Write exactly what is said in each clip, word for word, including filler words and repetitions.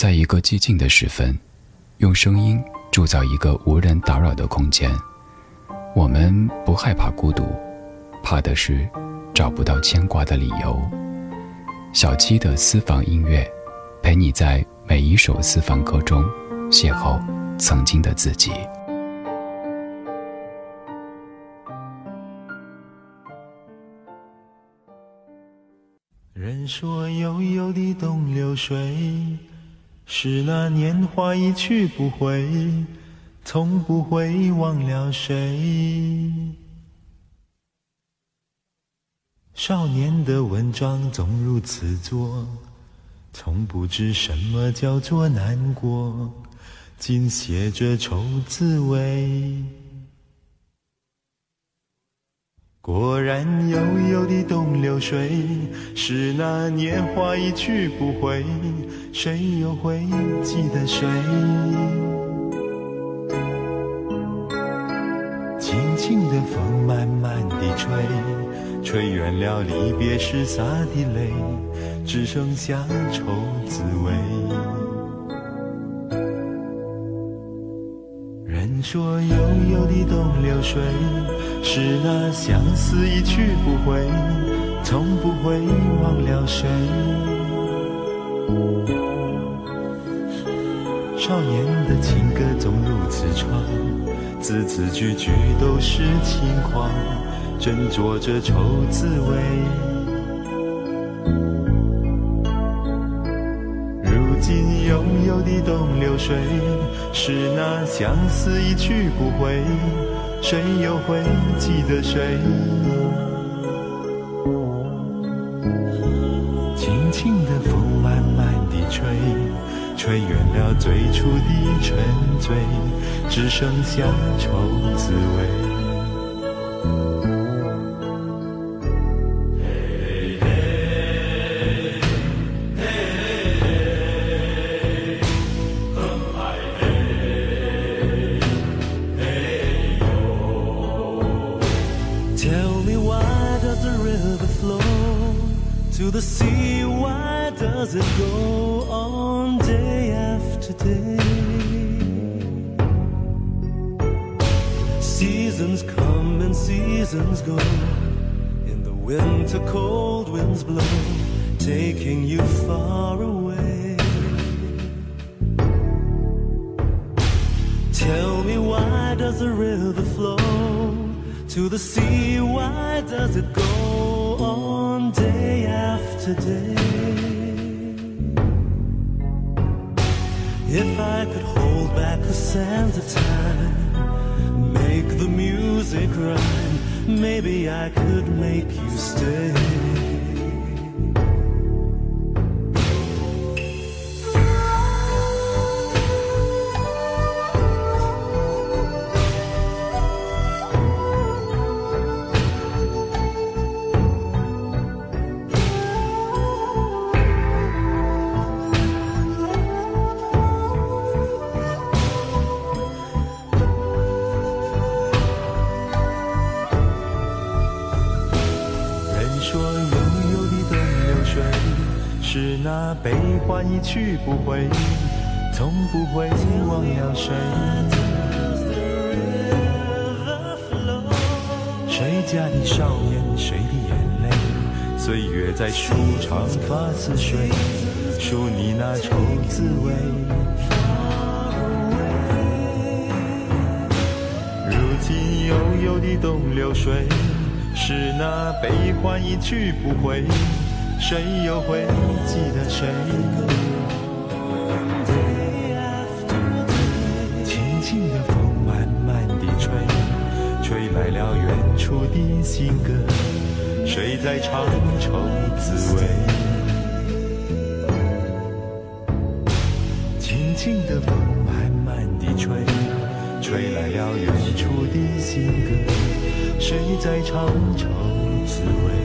在一个寂静的时分，用声音铸造一个无人打扰的空间。我们不害怕孤独，怕的是找不到牵挂的理由。小七的私房音乐，陪你在每一首私房歌中邂逅曾经的自己。 人说悠悠的东流水，是那年华一去不回，从不会忘了谁。少年的文章总如此作，从不知什么叫做难过，尽写着愁滋味。果然悠悠的东流水，是那年华一去不回，谁又会记得谁？轻轻的风慢慢地吹，吹远了离别时洒的泪，只剩下愁滋味。人说悠悠的东流水，是那相思一去不回，从不会忘了谁。少年的情歌总如此唱，字字句句都是轻狂，斟酌着愁滋味。如今悠悠的东流水，是那相思一去不回，谁又会记得谁？轻轻的风慢慢地吹，吹远了最初的沉醉，只剩下愁滋味。 Tell me why does the river flow to the sea? Why does it go on day after day? Seasons come and seasons go. In the winter cold winds blow, taking you far away. Tell me why does the river flow to the sea? Why does it go on day after day? If I could hold back the sands of time, make the music rhyme, maybe I could make you stay. 是那悲欢一去不回，从不会忘了谁。谁家的少年，谁的眼泪，岁月在树长发似水，数你那愁滋味。如今悠悠的东流水，是那悲欢一去不回，谁又会记得谁？轻轻的风慢慢地吹，吹来了远处的新歌，谁在唱愁滋味？轻轻的风慢慢地吹，吹来了远处的新歌，谁在唱愁滋味？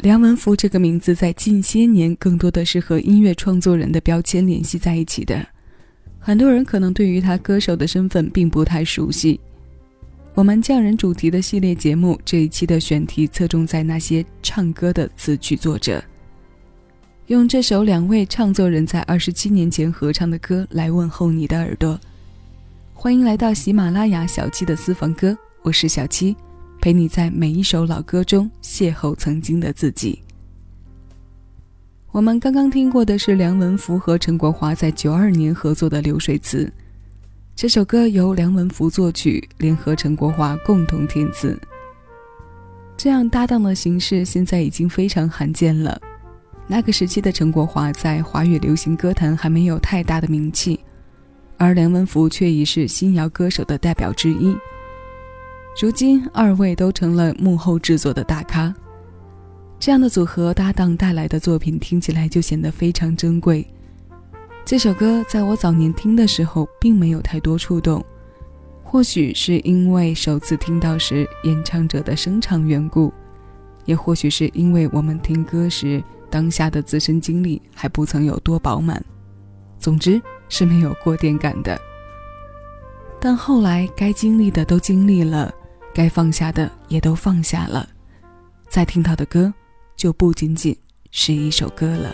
梁文福这个名字在近些年更多的是和音乐创作人的标签联系在一起的，很多人可能对于他歌手的身份并不太熟悉。我们匠人主题的系列节目这一期的选题侧重在那些唱歌的词曲作者，用这首两位唱作人在二十七年前合唱的歌来问候你的耳朵。欢迎来到喜马拉雅小七的私房歌，我是小七，陪你在每一首老歌中邂逅曾经的自己。我们刚刚听过的是梁文福和陈国华在九二年合作的《流水词》，这首歌由梁文福作曲，联合陈国华共同填词。这样搭档的形式现在已经非常罕见了。那个时期的陈国华在华语流行歌坛还没有太大的名气，而梁文福却已是新谣歌手的代表之一。如今二位都成了幕后制作的大咖，这样的组合搭档带来的作品听起来就显得非常珍贵。这首歌在我早年听的时候并没有太多触动，或许是因为首次听到时演唱者的声场缘故，也或许是因为我们听歌时当下的自身经历还不曾有多饱满，总之是没有过电感的。但后来该经历的都经历了，该放下的也都放下了，再听到的歌就不仅仅是一首歌了。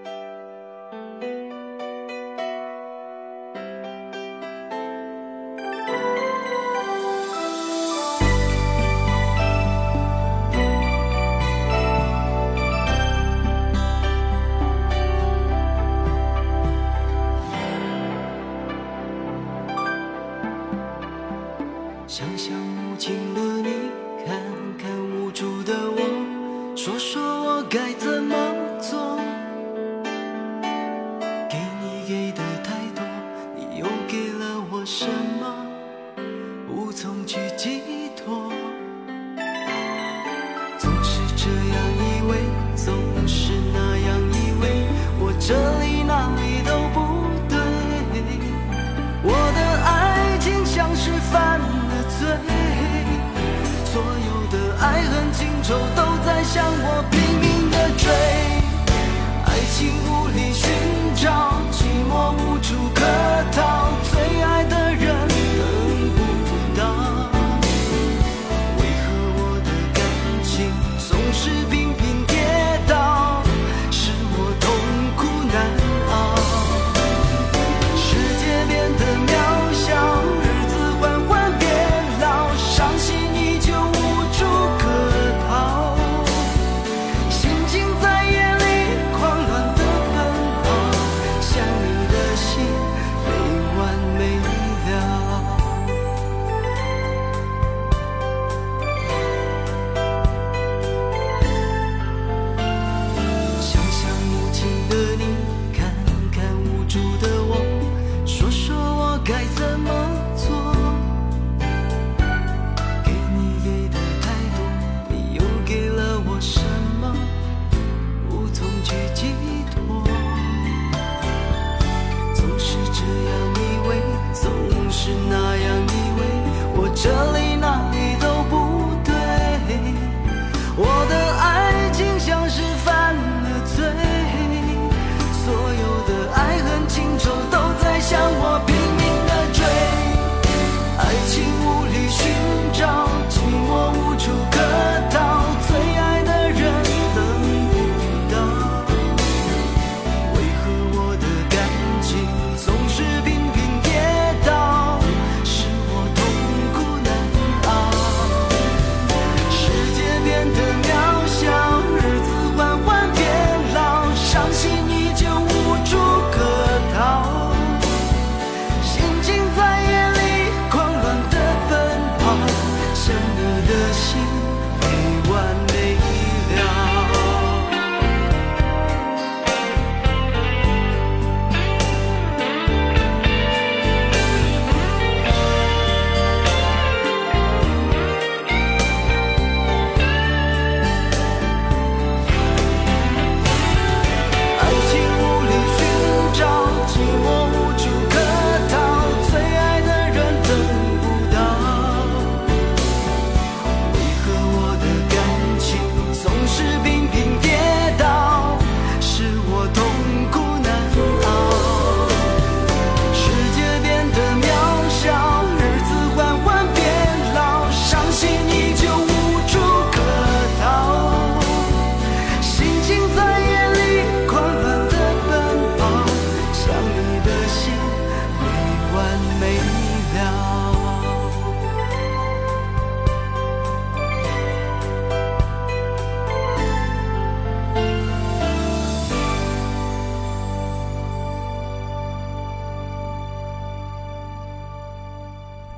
想想无情的你，看看无助的我，说说我该怎么做。给你给的太多，你又给了我什么？无从去寄托。总是这样以为，总是那样以为，我这里哪里都不对。我的爱情像是犯罪，所有的爱恨情仇都在向我拼命地追，爱情无力寻找，寂寞无处可逃，最爱的人等不到。为何我的感情总是频频跌倒，使我痛苦难熬。世界变得渺小，日子缓缓伤心依旧无处可逃，心情在夜里狂乱地奔跑，想你的心没完没了。想想无情的你，看看无助的我，说说我该怎么做。寄托，总是这样以为，总是那样以为，我这里哪里都不对。我的爱情像是犯了罪，所有的爱恨情仇都在向我拼命地追，爱情无力寻找，寂寞无处可逃，最爱的人等不到。总是频频跌倒，使我痛苦难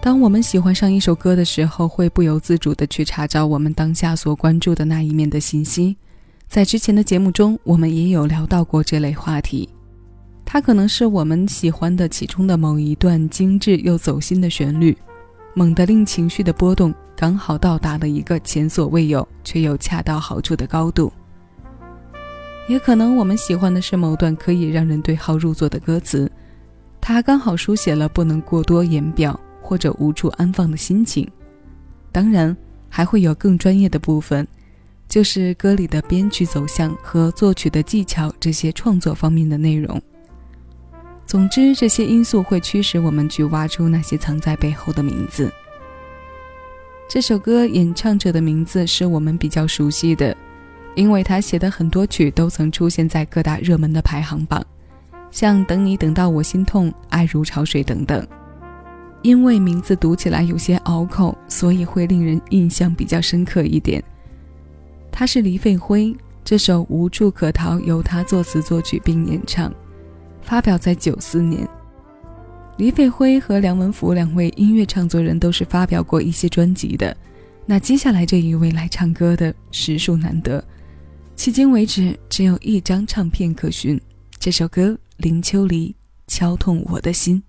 当我们喜欢上一首歌的时候，会不由自主地去查找我们当下所关注的那一面的信息。在之前的节目中，我们也有聊到过这类话题。它可能是我们喜欢的其中的某一段精致又走心的旋律，猛地令情绪的波动刚好到达了一个前所未有却又恰到好处的高度。也可能我们喜欢的是某段可以让人对号入座的歌词，它刚好书写了不能过多言表或者无处安放的心情。当然还会有更专业的部分，就是歌里的编曲走向和作曲的技巧，这些创作方面的内容。总之，这些因素会驱使我们去挖出那些藏在背后的名字。这首歌演唱者的名字是我们比较熟悉的，因为他写的很多曲都曾出现在各大热门的排行榜，像等你等到我心痛、爱如潮水等等。因为名字读起来有些拗口，所以会令人印象比较深刻一点。他是黎费辉，这首《无处可逃》由他作词作曲并演唱，发表在九四年。黎费辉和梁文福两位音乐创作人都是发表过一些专辑的，那接下来这一位来唱歌的实属难得，迄今为止只有一张唱片可寻。这首歌林秋离，敲痛我的心。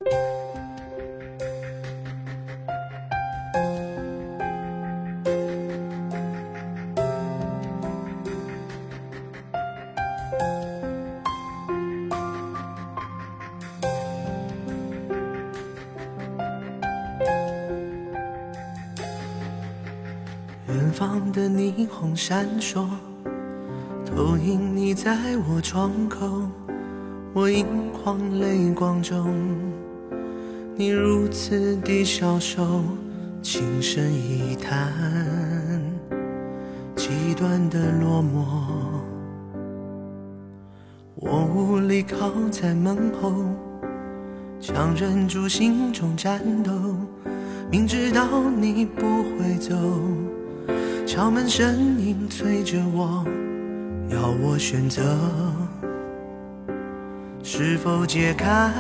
远方的霓虹闪烁，投影你在我窗口，我盈眶泪光中，你如此的消瘦，轻声一叹，极端的落寞。我无力靠在门后，强忍住心中战斗，明知道你不会走，敲门声音催着我，要我选择是否解开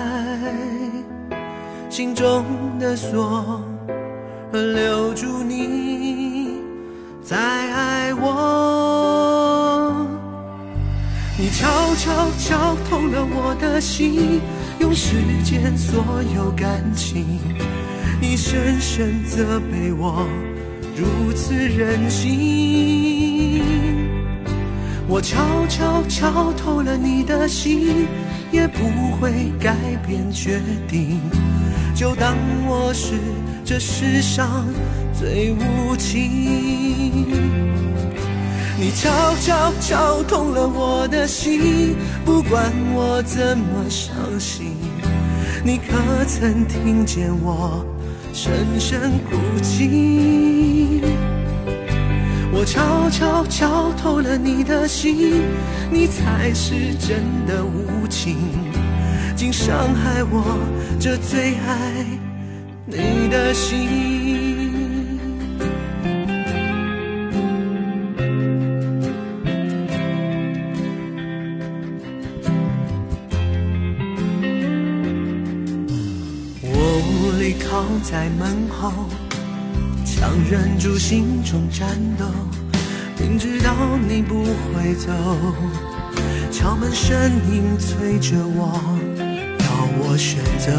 心中的锁，而留住你再爱我。你悄悄敲痛了我的心，用时间所有感情，你深深责备我如此任性。我悄悄敲透了你的心，也不会改变决定，就当我是这世上最无情。你悄悄敲痛了我的心，不管我怎么伤心，你可曾听见我深深哭泣？我悄悄敲透了你的心，你才是真的无情，竟伤害我这最爱你的心。我无力靠在门后，强忍住心中战斗，明知道你不会走，敲门声音催着我，要我选择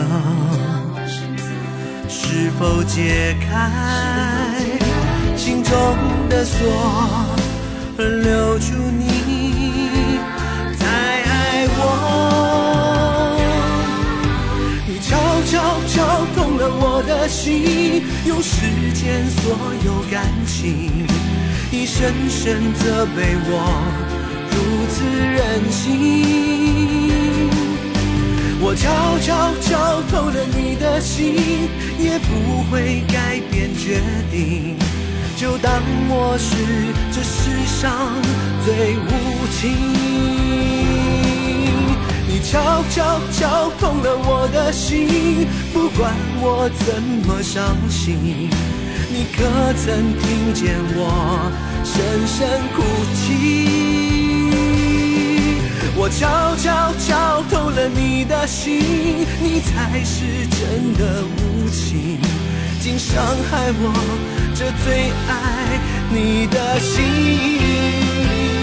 是否解开心中的锁，而留住你再爱我。你悄悄敲痛了我的心，用时间所有感情，你深深责备我如此任性。我悄悄敲透了你的心，也不会改变决定，就当我是这世上最无情。你悄悄敲痛了我的心，不管我怎么伤心，你可曾听见我深深哭泣？ 我悄悄敲透了你的心，你才是真的无情，竟伤害我这最爱你的心。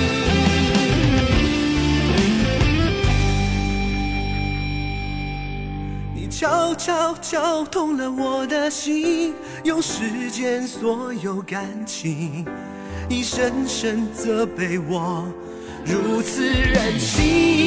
你悄悄敲痛了我的心，用时间所有感情，你深深责备我如此任性。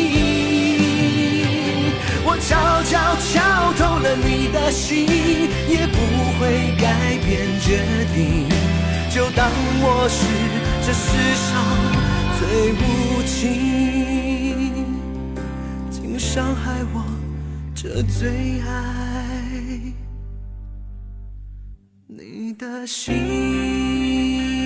我悄悄敲透了你的心，也不会改变决定，就当我是这世上最无情，竟伤害我这最爱你的心。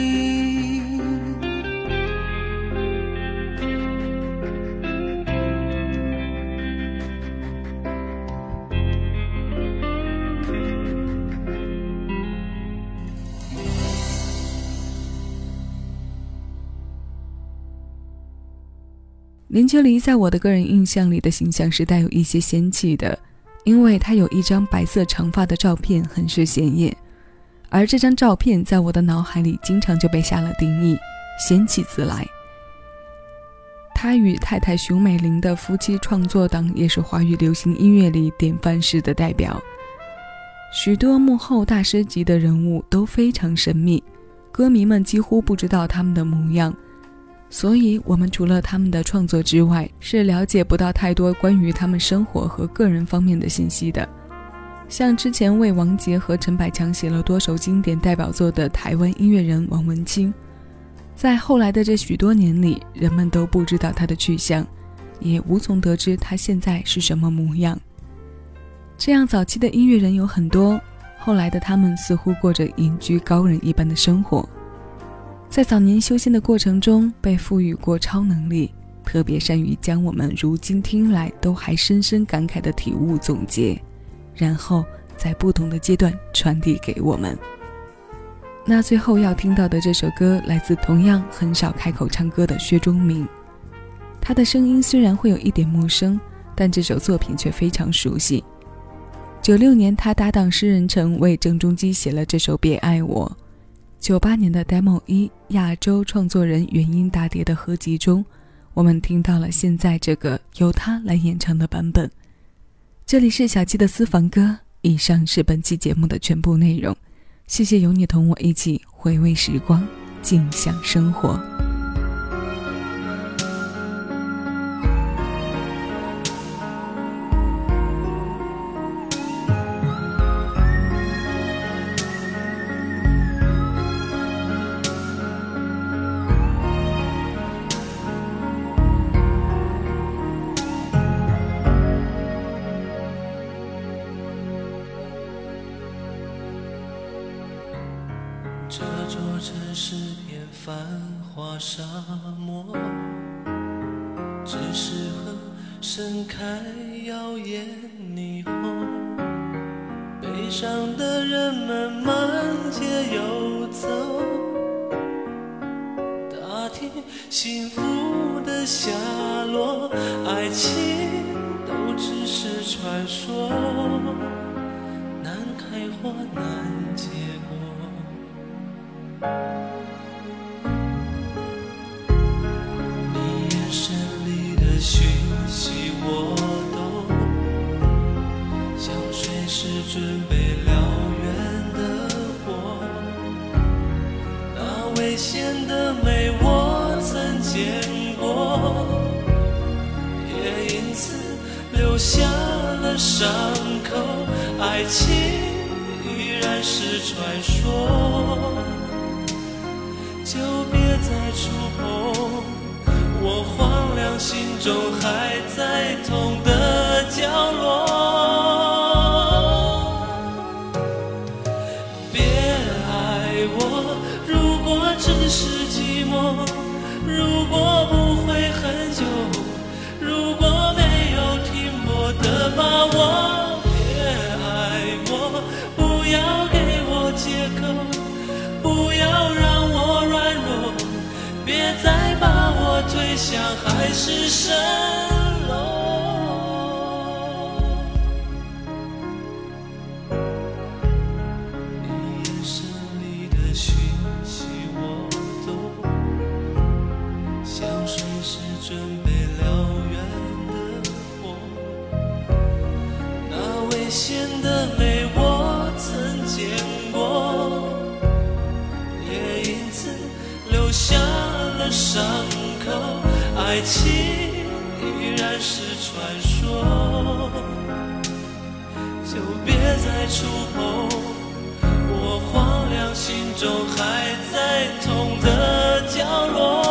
林秋离在我的个人印象里的形象是带有一些仙气的，因为他有一张白色长发的照片很是显眼，而这张照片在我的脑海里经常就被下了定义，仙气自来。他与太太熊美玲的夫妻创作档也是华语流行音乐里典范式的代表，许多幕后大师级的人物都非常神秘，歌迷们几乎不知道他们的模样，所以我们除了他们的创作之外，是了解不到太多关于他们生活和个人方面的信息的。像之前为王杰和陈百强写了多首经典代表作的台湾音乐人王文清，在后来的这许多年里，人们都不知道他的去向，也无从得知他现在是什么模样。这样早期的音乐人有很多，后来的他们似乎过着隐居高人一般的生活，在早年修仙的过程中被赋予过超能力，特别善于将我们如今听来都还深深感慨的体悟总结，然后在不同的阶段传递给我们。那最后要听到的这首歌来自同样很少开口唱歌的薛钟明，他的声音虽然会有一点陌生，但这首作品却非常熟悉。九六年他搭档施人成为郑中基写了这首别爱我，九八年的 Demo 一亚洲创作人原音大碟的合集中，我们听到了现在这个由他来演唱的版本。这里是小七的私房歌，以上是本期节目的全部内容，谢谢有你同我一起回味时光，静享生活。 这座城市片繁华沙漠，只适合盛开耀眼霓虹。悲伤的人们满街游走，打听幸福的下落，爱情都只是传说，难开花难结果。你眼神里的讯息我懂，像随时准备燎原的火，那危险的美我曾见过，也因此留下了伤口，爱情依然是传说，就别再触碰我荒凉心中还在痛的角落。别爱我，如果只是寂寞，如果不会很久，如果没有停泊的把握，别爱我，不要给我借口，不要让我软弱，别再把我推向海市蜃楼。你眼神里的讯息我都像随时准备燎原的火，那危险的美我曾见过，也因此留下了伤口。爱情依然是传说，就别再触碰我荒凉心中还在痛的角落。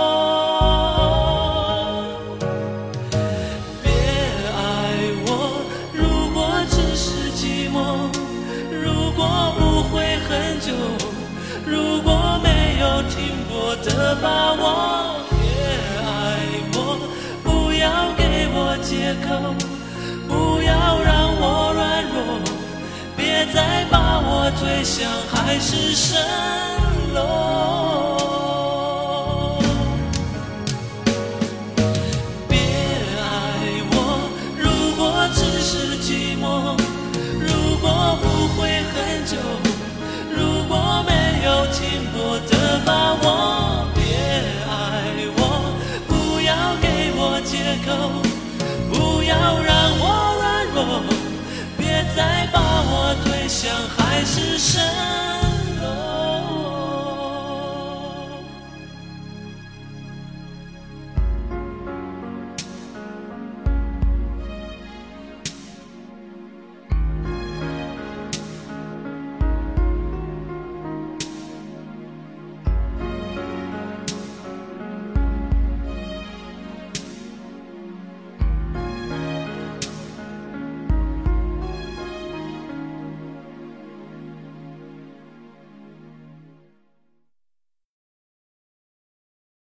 别爱我，如果只是寂寞，如果不会很久，如果没有停泊的把握，别爱我，不要给我借口，不要让我软弱，别再把我推向海市蜃楼。